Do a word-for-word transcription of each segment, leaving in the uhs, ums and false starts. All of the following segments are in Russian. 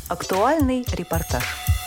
Актуальный репортаж.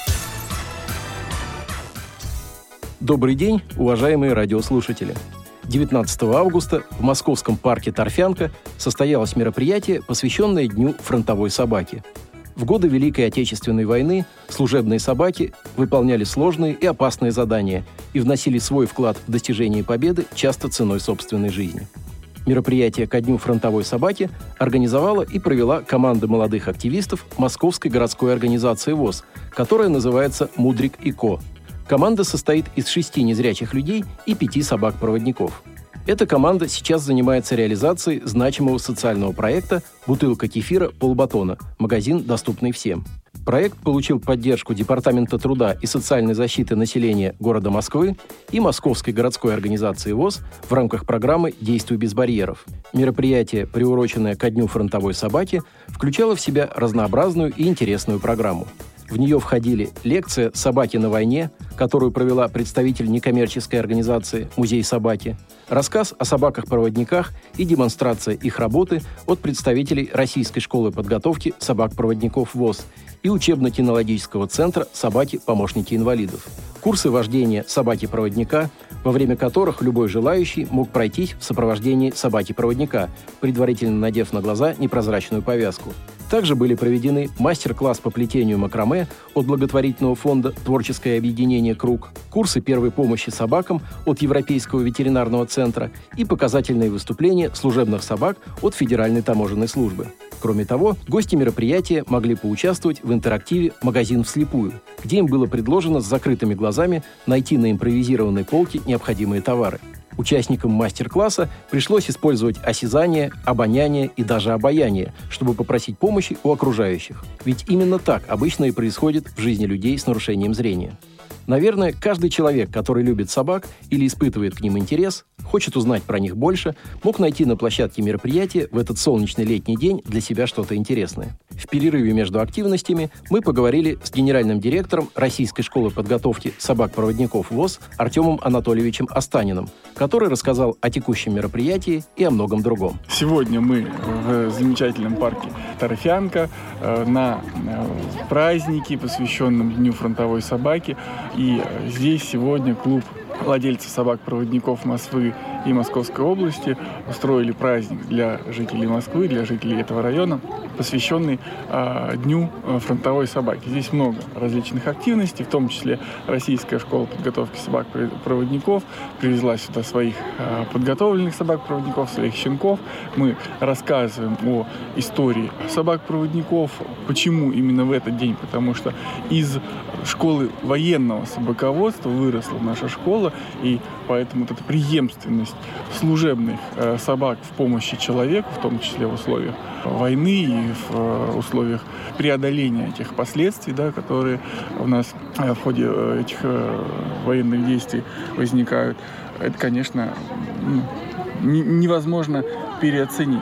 Добрый день, уважаемые радиослушатели. девятнадцатого августа в московском парке Торфянка состоялось мероприятие, посвященное Дню фронтовой собаки. В годы Великой Отечественной войны служебные собаки выполняли сложные и опасные задания и вносили свой вклад в достижение победы, часто ценой собственной жизни. Мероприятие ко Дню фронтовой собаки организовала и провела команда молодых активистов Московской городской организации ВОС, которая называется «Мудрик и Ко». Команда состоит из шести незрячих людей и пяти собак-проводников. Эта команда сейчас занимается реализацией значимого социального проекта «Бутылка кефира полбатона. Магазин, доступный всем». Проект получил поддержку Департамента труда и социальной защиты населения города Москвы и Московской городской организации ВОС в рамках программы «Действуй без барьеров». Мероприятие, приуроченное ко Дню фронтовой собаки, включало в себя разнообразную и интересную программу. В нее входили лекция «Собаки на войне», которую провела представитель некоммерческой организации «Музей собаки», рассказ о собаках-проводниках и демонстрация их работы от представителей Российской школы подготовки собак-проводников ВОС и учебно-кинологического центра «Собаки-помощники инвалидов». Курсы вождения собаки-проводника, во время которых любой желающий мог пройтись в сопровождении собаки-проводника, предварительно надев на глаза непрозрачную повязку. Также были проведены мастер-класс по плетению макраме от благотворительного фонда «Творческое объединение Круг», курсы первой помощи собакам от Европейского ветеринарного центра и показательные выступления служебных собак от Федеральной таможенной службы. Кроме того, гости мероприятия могли поучаствовать в интерактиве «Магазин вслепую», где им было предложено с закрытыми глазами найти на импровизированной полке необходимые товары. Участникам мастер-класса пришлось использовать осязание, обоняние и даже обаяние, чтобы попросить помощи у окружающих. Ведь именно так обычно и происходит в жизни людей с нарушением зрения. Наверное, каждый человек, который любит собак или испытывает к ним интерес, хочет узнать про них больше, мог найти на площадке мероприятия в этот солнечный летний день для себя что-то интересное. В перерыве между активностями мы поговорили с генеральным директором Российской школы подготовки собак-проводников ВОС Артемом Анатольевичем Останиным, который рассказал о текущем мероприятии и о многом другом. Сегодня мы в замечательном парке Торфянка на празднике, посвященном Дню фронтовой собаки. И здесь сегодня клуб владельцев собак-проводников Москвы и Московской области устроили праздник для жителей Москвы, для жителей этого района, посвященный э, Дню фронтовой собаки. Здесь много различных активностей, в том числе Российская школа подготовки собак-проводников привезла сюда своих э, подготовленных собак-проводников, своих щенков. Мы рассказываем о истории собак-проводников. Почему именно в этот день? Потому что из школы военного собаководства выросла наша школа, и поэтому вот эта преемственность служебных э, собак в помощи человеку, в том числе в условиях войны и в э, условиях преодоления этих последствий, да, которые у нас э, в ходе э, этих э, военных действий возникают, это, конечно, ну, невозможно переоценить.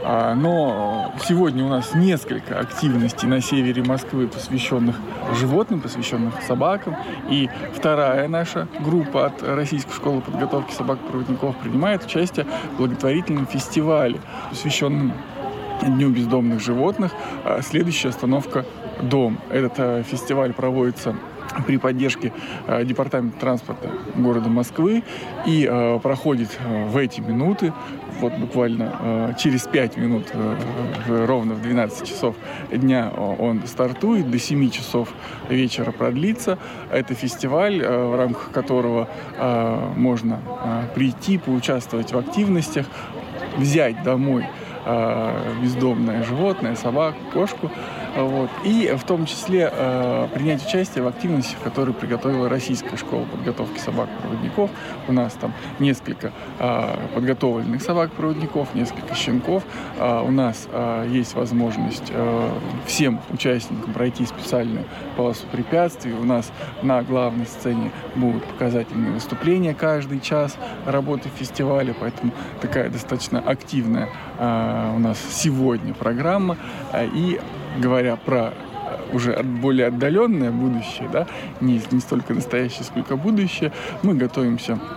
Но сегодня у нас несколько активностей на севере Москвы, посвященных животным, посвященных собакам. И вторая наша группа от Российской школы подготовки собак-проводников принимает участие в благотворительном фестивале, посвященном Дню бездомных животных. Следующая остановка – дом. Этот фестиваль проводится при поддержке э, Департамента транспорта города Москвы и э, проходит э, в эти минуты, вот буквально э, через пять минут, э, ровно в двенадцать часов дня он стартует, до семи часов вечера продлится. Это фестиваль, э, в рамках которого э, можно э, прийти, поучаствовать в активностях, взять домой э, бездомное животное, собаку, кошку, вот. И в том числе э, принять участие в активностях, которые приготовила Российская школа подготовки собак-проводников. У нас там несколько э, подготовленных собак-проводников, несколько щенков. Э, у нас э, есть возможность э, всем участникам пройти специальную полосу препятствий. У нас на главной сцене будут показательные выступления каждый час работы фестиваля, поэтому такая достаточно активная э, у нас сегодня программа. Э, и говоря про уже более отдаленное будущее, да, не, не столько настоящее, сколько будущее, мы готовимся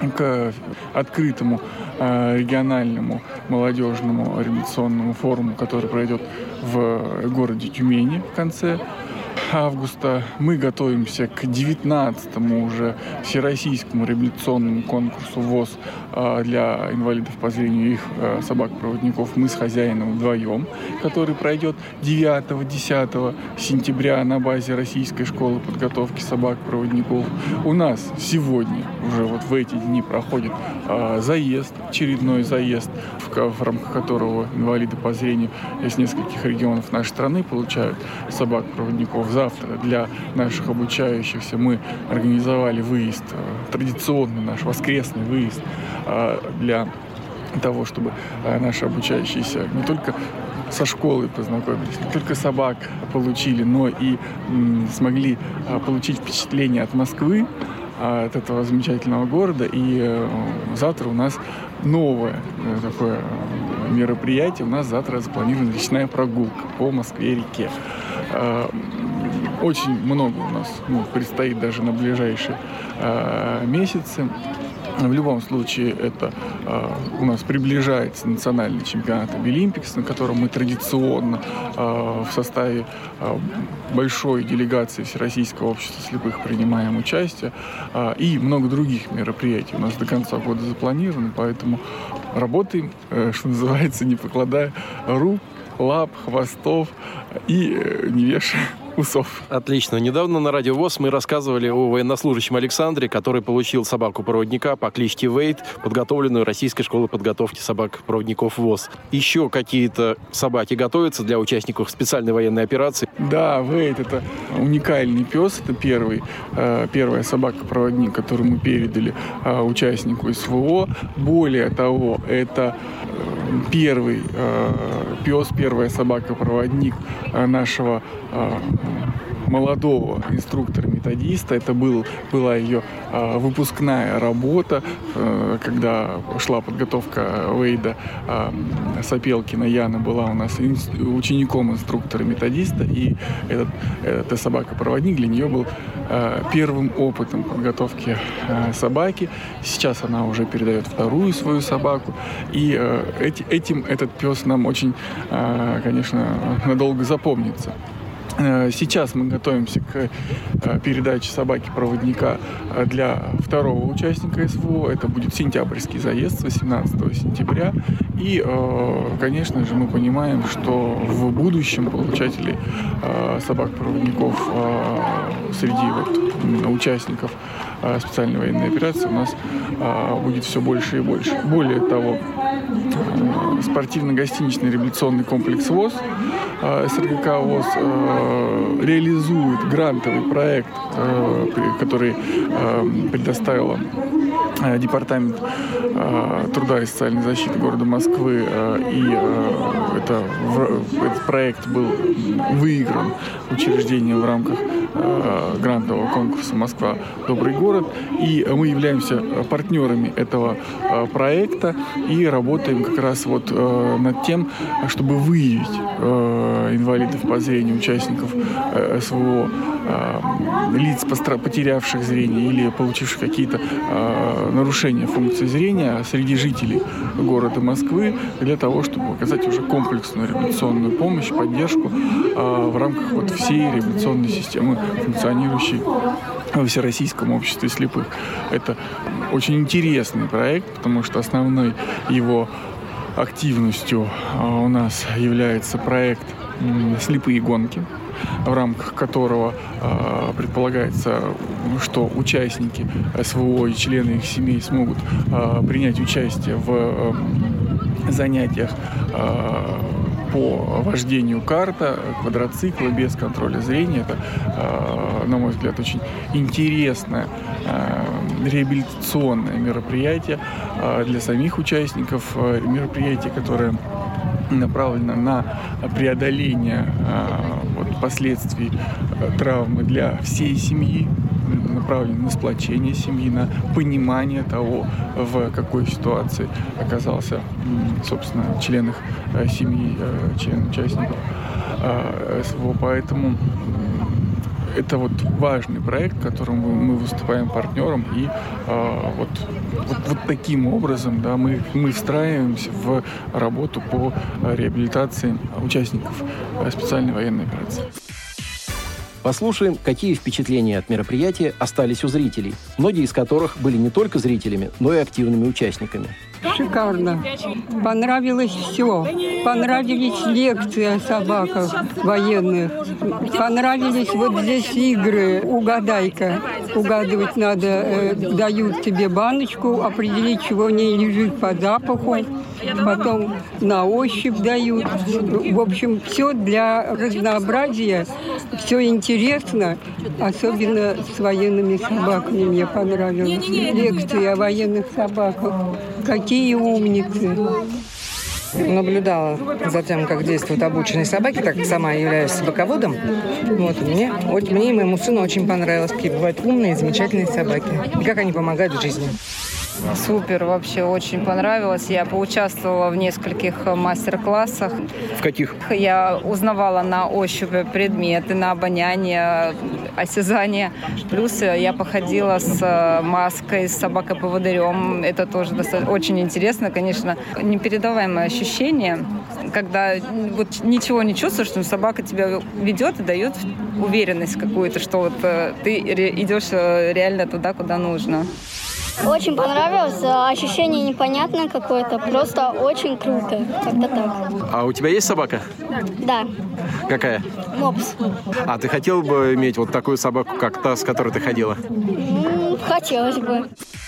к открытому региональному молодежному реабилитационному форуму, который пройдет в городе Тюмени в конце августа. Мы готовимся к девятнадцатому уже всероссийскому реабилитационному конкурсу ВОС для инвалидов по зрению и их собак-проводников «Мы с хозяином вдвоем», который пройдет девятого-десятого сентября на базе Российской школы подготовки собак-проводников. У нас сегодня, уже вот в эти дни, проходит заезд, очередной заезд, в рамках которого инвалиды по зрению из нескольких регионов нашей страны получают собак-проводников. Завтра для наших обучающихся мы организовали выезд, традиционный наш воскресный выезд для того, чтобы наши обучающиеся не только со школой познакомились, не только собак получили, но и смогли получить впечатление от Москвы, от этого замечательного города. И завтра у нас новое такое мероприятие. У нас завтра запланирована речная прогулка по Москве-реке. Очень много у нас ну, предстоит даже на ближайшие э, месяцы. В любом случае, это э, у нас приближается национальный чемпионат Обилимпикс, на котором мы традиционно э, в составе э, большой делегации Всероссийского общества слепых принимаем участие. Э, и много других мероприятий у нас до конца года запланировано, поэтому работаем, э, что называется, не покладая рук, лап, хвостов и э, не вешая усов. Отлично. Недавно на Радио ВОС мы рассказывали о военнослужащем Александре, который получил собаку-проводника по кличке Вейд, подготовленную Российской школой подготовки собак-проводников ВОС. Еще какие-то собаки готовятся для участников специальной военной операции? Да, Вейд — это уникальный пес. Это первый, э, первая собака-проводник, которую мы передали э, участнику СВО. Более того, это э, первый э, пес, первая собака-проводник э, нашего э, молодого инструктора-методиста. Это был, была ее э, выпускная работа, э, когда шла подготовка Вейда. Э, Сапелкина Яна была у нас ин- учеником инструктора-методиста, и этот, эта собака-проводник для нее был э, первым опытом подготовки э, собаки. Сейчас она уже передает вторую свою собаку, и э, эти, этим этот пес нам очень, э, конечно, надолго запомнится. Сейчас мы готовимся к передаче собаки-проводника для второго участника СВО. Это будет сентябрьский заезд с восемнадцатого сентября. И, конечно же, мы понимаем, что в будущем получателей собак-проводников среди вот участников специальной военной операции у нас будет все больше и больше. Более того, спортивно-гостиничный реабилитационный комплекс ВОС, СРГК ВОС, реализует грантовый проект, который предоставила Департамент труда и социальной защиты города Москвы, и это, этот проект был выигран учреждением в рамках грантового конкурса «Москва. Добрый город». И мы являемся партнерами этого проекта и работаем как раз вот над тем, чтобы выявить инвалидов по зрению, участников СВО, лиц, потерявших зрение или получивших какие-то нарушения функции зрения среди жителей города Москвы, для того, чтобы оказать уже комплексную реабилитационную помощь, поддержку в рамках вот всей реабилитационной системы, функционирующей в Всероссийском обществе слепых. Это очень интересный проект, потому что основной его активностью у нас является проект «Слепые гонки», в рамках которого э, предполагается, что участники СВО и члены их семей смогут э, принять участие в э, занятиях э, по вождению карта, квадроцикла без контроля зрения. Это, э, на мой взгляд, очень интересное э, реабилитационное мероприятие э, для самих участников, э, мероприятие, которое направлена на преодоление э, вот, последствий э, травмы для всей семьи, направлена на сплочение семьи, на понимание того, в какой ситуации оказался, собственно, член их э, семьи, э, член участников э, СВО. Поэтому это вот важный проект, которым мы выступаем партнером, и э, вот, вот, вот таким образом, да, мы, мы встраиваемся в работу по реабилитации участников специальной военной операции. Послушаем, какие впечатления от мероприятия остались у зрителей, многие из которых были не только зрителями, но и активными участниками. Шикарно. Понравилось все. Понравились лекции о собаках военных. Понравились вот здесь игры «Угадайка». Угадывать надо, э, дают тебе баночку, определить, чего в ней лежит по запаху. Потом на ощупь дают. В общем, все для разнообразия, все интересно, особенно с военными собаками мне понравилось. Лекции о военных собаках. Какие умницы! Наблюдала за тем, как действуют обученные собаки, так как сама являюсь собаководом. Вот, мне, вот, мне и моему сыну очень понравилось, какие бывают умные, замечательные собаки. И как они помогают в жизни. Супер, вообще очень понравилось. Я поучаствовала в нескольких мастер-классах. В каких? Я узнавала на ощупь предметы, на обоняние, осязание. Плюс я походила с маской, с собакой-поводырем. Это тоже достаточно очень интересно, конечно. Непередаваемое ощущение, когда вот ничего не чувствуешь, что собака тебя ведет и дает уверенность какую-то, что вот ты идешь реально туда, куда нужно. Очень понравилось, ощущение непонятное какое-то, просто очень круто, как-то так. А у тебя есть собака? Да. Какая? Мопс. А ты хотел бы иметь вот такую собаку, как та, с которой ты ходила? М-м, хотелось бы.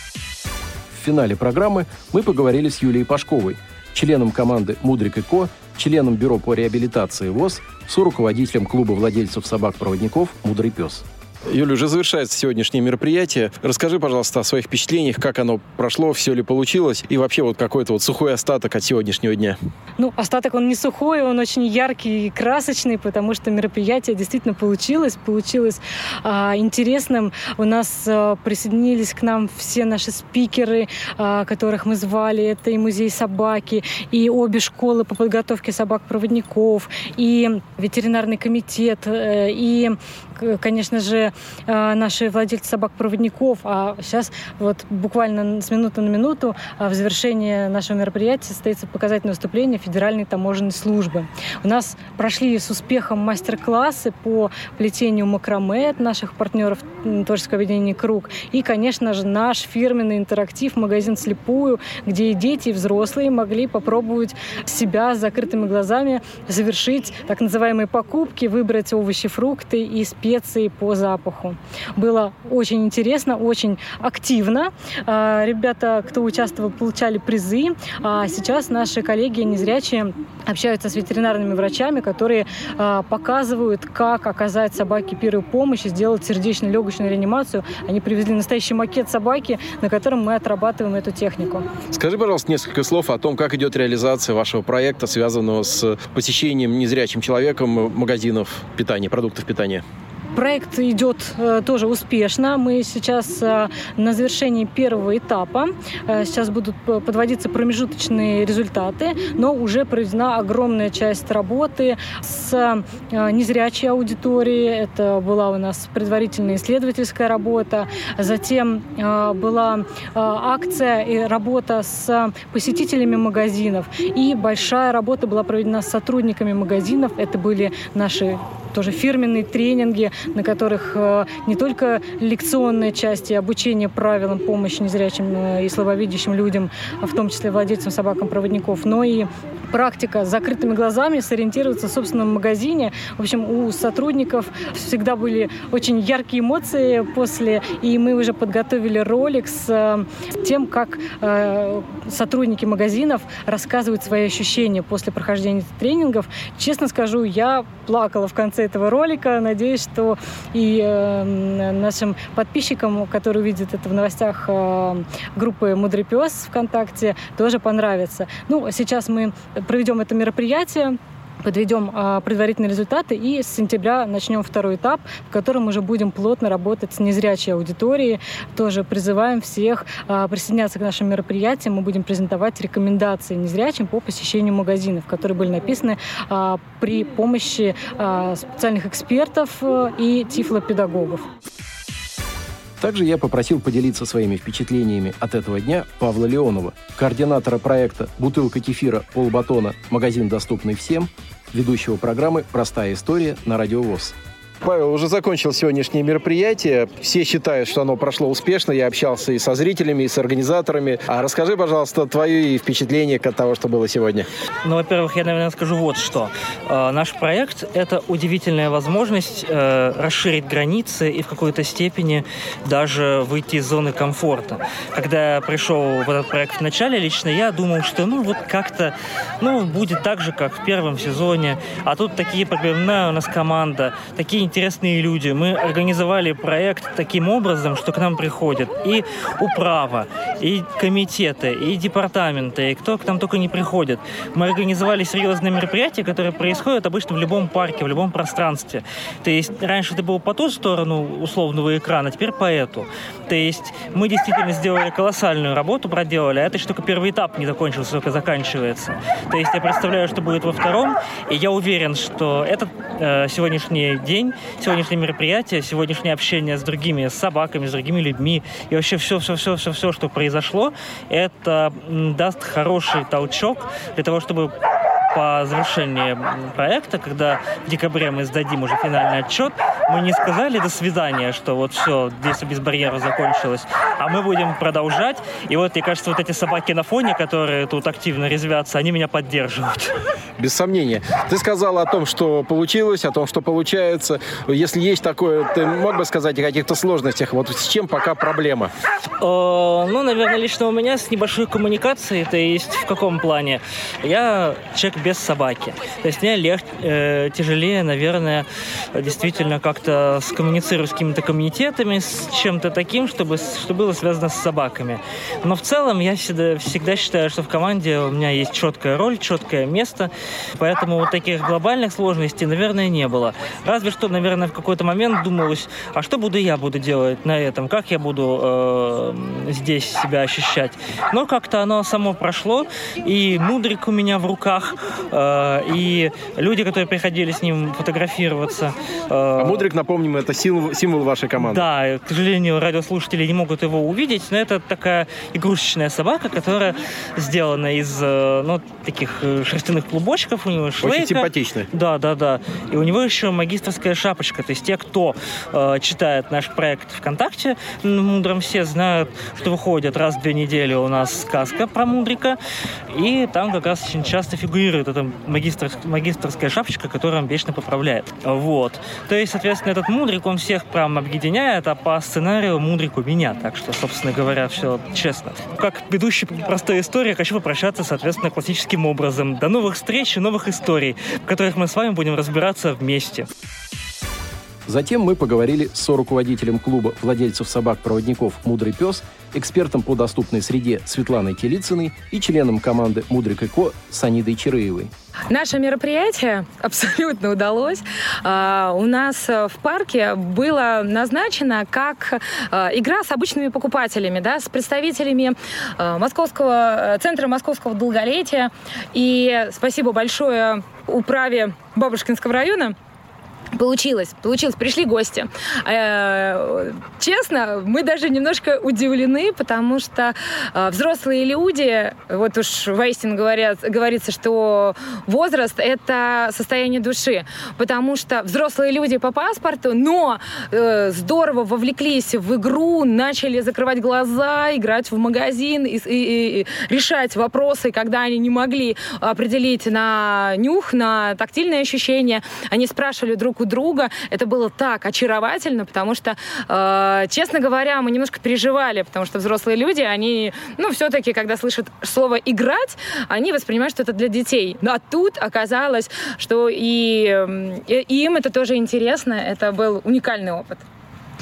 В финале программы мы поговорили с Юлией Пашковой, членом команды «Мудрик и Ко», членом Бюро по реабилитации ВОС, соруководителем клуба владельцев собак-проводников «Мудрый пес». Юля, уже завершается сегодняшнее мероприятие. Расскажи, пожалуйста, о своих впечатлениях, как оно прошло, все ли получилось, и вообще вот какой-то вот сухой остаток от сегодняшнего дня. Ну, остаток он не сухой, он очень яркий и красочный, потому что мероприятие действительно получилось, получилось а, интересным. У нас а, присоединились к нам все наши спикеры, а, которых мы звали. Это и музей собаки, и обе школы по подготовке собак-проводников, и ветеринарный комитет, и, конечно же, наши владельцы собак-проводников. А сейчас вот буквально с минуты на минуту в завершении нашего мероприятия состоится показательное выступление Федеральной таможенной службы. У нас прошли с успехом мастер-классы по плетению макраме от наших партнеров творческого объединения «Круг». И, конечно же, наш фирменный интерактив «Магазин вслепую», где и дети, и взрослые могли попробовать себя с закрытыми глазами завершить так называемые покупки, выбрать овощи, фрукты и специи по запаху. Было очень интересно, очень активно. Ребята, кто участвовал, получали призы. А сейчас наши коллеги незрячие общаются с ветеринарными врачами, которые показывают, как оказать собаке первую помощь и сделать сердечно-легочную реанимацию. Они привезли настоящий макет собаки, на котором мы отрабатываем эту технику. Скажи, пожалуйста, несколько слов о том, как идет реализация вашего проекта, связанного с посещением незрячим человеком магазинов питания, продуктов питания. Проект идет э, тоже успешно. Мы сейчас э, на завершении первого этапа. Э, сейчас будут подводиться промежуточные результаты, но уже проведена огромная часть работы с э, незрячей аудиторией. Это была у нас предварительная исследовательская работа. Затем э, была э, акция и работа с посетителями магазинов. И большая работа была проведена с сотрудниками магазинов. Это были наши тоже фирменные тренинги, на которых э, не только лекционные части обучения правилам помощи незрячим э, и слабовидящим людям, в том числе владельцам собакам-проводников, но и практика с закрытыми глазами, сориентироваться в собственном магазине. В общем, у сотрудников всегда были очень яркие эмоции после, и мы уже подготовили ролик с э, тем, как э, сотрудники магазинов рассказывают свои ощущения после прохождения тренингов. Честно скажу, я плакала в конце этого ролика. Надеюсь, что и э, нашим подписчикам, которые увидят это в новостях э, группы «Мудрый пес» ВКонтакте, тоже понравится. Ну, сейчас мы проведем это мероприятие, подведем а, предварительные результаты и с сентября начнем второй этап, в котором уже будем плотно работать с незрячей аудиторией. Тоже призываем всех а, присоединяться к нашим мероприятиям. Мы будем презентовать рекомендации незрячим по посещению магазинов, которые были написаны а, при помощи а, специальных экспертов а, и тифлопедагогов. Также я попросил поделиться своими впечатлениями от этого дня Павла Леонова, координатора проекта «Бутылка кефира, полбатона. Магазин, доступный всем», ведущего программы «Простая история» на Радио ВОС. Павел, уже закончил сегодняшнее мероприятие. Все считают, что оно прошло успешно. Я общался и со зрителями, и с организаторами. А расскажи, пожалуйста, твои впечатления от того, что было сегодня. Ну, во-первых, я, наверное, скажу вот что. Э, наш проект – это удивительная возможность э, расширить границы и в какой-то степени даже выйти из зоны комфорта. Когда я пришел в этот проект в начале, лично я думал, что ну вот как-то ну, будет так же, как в первом сезоне. А тут такие, напоминаю, у нас команда, такие интересные люди. Мы организовали проект таким образом, что к нам приходят и управа, и комитеты, и департаменты, и кто к нам только не приходит. Мы организовали серьезные мероприятия, которые происходят обычно в любом парке, в любом пространстве. То есть раньше ты был по ту сторону условного экрана, теперь по эту. То есть мы действительно сделали колоссальную работу, проделали, а это еще только первый этап не закончился, только заканчивается. То есть я представляю, что будет во втором, и я уверен, что этот э, сегодняшний день, сегодняшнее мероприятие, сегодняшнее общение с другими, с собаками, с другими людьми и вообще все-все-все-все-все, что произошло, это даст хороший толчок для того, чтобы по завершении проекта, когда в декабре мы сдадим уже финальный отчет, мы не сказали «до свидания», что вот все, действие без барьера закончилось, а мы будем продолжать. И вот, мне кажется, вот эти собаки на фоне, которые тут активно резвятся, они меня поддерживают. Без сомнения. Ты сказала о том, что получилось, о том, что получается. Если есть такое, ты мог бы сказать о каких-то сложностях? Вот с чем пока проблема? О, ну, наверное, лично у меня с небольшой коммуникацией, то есть в каком плане? Я человек без собаки. То есть мне легче, э, тяжелее, наверное, действительно как-то скоммуницировать с какими-то комитетами, с чем-то таким, чтобы, что было связано с собаками. Но в целом я всегда, всегда считаю, что в команде у меня есть четкая роль, четкое место, поэтому вот таких глобальных сложностей, наверное, не было. Разве что, наверное, в какой-то момент думалось, а что буду я буду делать на этом, как я буду э, здесь себя ощущать. Но как-то оно само прошло, и мудрик у меня в руках, и люди, которые приходили с ним фотографироваться. А мудрик, напомним, это символ, символ вашей команды. Да, к сожалению, радиослушатели не могут его увидеть, но это такая игрушечная собака, которая сделана из ну, таких шерстяных клубочков. У него шлейка. Очень симпатичная. Да, да, да. И у него еще магистерская шапочка. То есть те, кто э, читает наш проект ВКонтакте, мудром все знают, что выходит раз в две недели у нас сказка про мудрика, и там как раз очень часто фигурирует эта магистр, магистерская шапочка, которая он вечно поправляет. Вот. То есть, соответственно, этот мудрик, он всех прям объединяет, а по сценарию мудрик у меня. Так что, собственно говоря, все честно. Как ведущий простой истории, хочу попрощаться, соответственно, классическим образом. До новых встреч и новых историй, в которых мы с вами будем разбираться вместе. Затем мы поговорили с соруководителем клуба владельцев собак-проводников «Мудрый пес», экспертом по доступной среде Светланой Телицыной и членом команды «Мудрик и Ко» Санидой Чирыевой. Наше мероприятие абсолютно удалось. Uh, у нас в парке было назначено как uh, игра с обычными покупателями, да, с представителями uh, московского, центра московского долголетия. И спасибо большое управе Бабушкинского района. Получилось, получилось, пришли гости. Честно, мы даже немножко удивлены, потому что взрослые люди, вот уж воистину говорят, говорится, что возраст – это состояние души, потому что взрослые люди по паспорту, но здорово вовлеклись в игру, начали закрывать глаза, играть в магазин и, и, и решать вопросы, когда они не могли определить на нюх, на тактильные ощущения. Они спрашивали друг у друга. Это было так очаровательно, потому что, э, честно говоря, мы немножко переживали, потому что взрослые люди, они, ну, все-таки, когда слышат слово «играть», они воспринимают, что это для детей. А тут оказалось, что и, и им это тоже интересно. Это был уникальный опыт.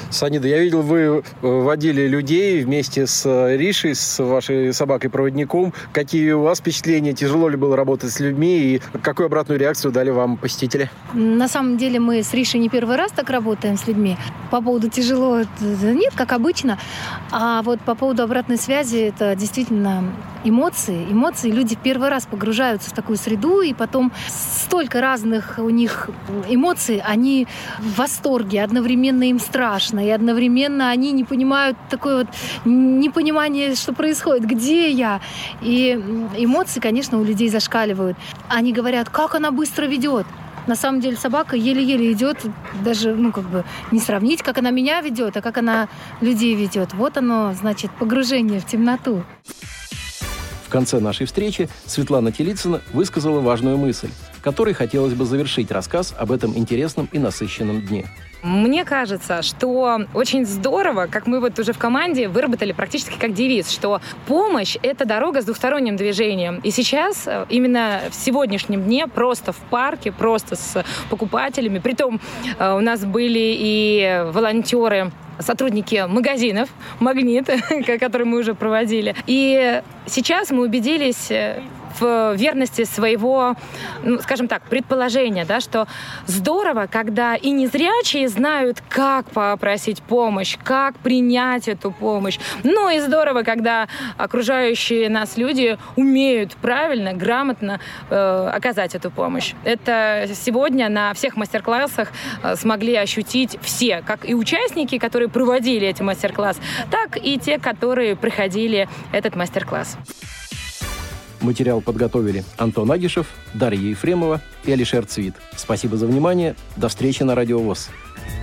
Санида, я видел, вы водили людей вместе с Ришей, с вашей собакой-проводником. Какие у вас впечатления? Тяжело ли было работать с людьми? И какую обратную реакцию дали вам посетители? На самом деле мы с Ришей не первый раз так работаем с людьми. По поводу тяжело, нет, как обычно. А вот по поводу обратной связи, это действительно эмоции. Эмоции. Люди первый раз погружаются в такую среду, и потом столько разных у них эмоций. Они в восторге, одновременно им страшно, и одновременно они не понимают такое вот непонимание, что происходит, где я. И эмоции, конечно, у людей зашкаливают. Они говорят, как она быстро ведет. На самом деле собака еле-еле идет, даже, ну, как бы не сравнить, как она меня ведет, а как она людей ведет. Вот оно, значит, погружение в темноту. В конце нашей встречи Светлана Телицына высказала важную мысль, которой хотелось бы завершить рассказ об этом интересном и насыщенном дне. Мне кажется, что очень здорово, как мы вот уже в команде выработали практически как девиз, что помощь — это дорога с двухсторонним движением. И сейчас, именно в сегодняшнем дне, просто в парке, просто с покупателями, притом у нас были и волонтеры, сотрудники магазинов «Магнит», которые мы уже проводили. И сейчас мы убедились в верности своего, ну, скажем так, предположения, да, что здорово, когда и незрячие знают, как попросить помощь, как принять эту помощь. Ну и здорово, когда окружающие нас люди умеют правильно, грамотно э, оказать эту помощь. Это сегодня на всех мастер-классах э, смогли ощутить все, как и участники, которые проводили эти мастер-классы, так и те, которые проходили этот мастер-класс. Материал подготовили Антон Агишев, Дарья Ефремова и Алишер Цвит. Спасибо за внимание. До встречи на Радио ВОС.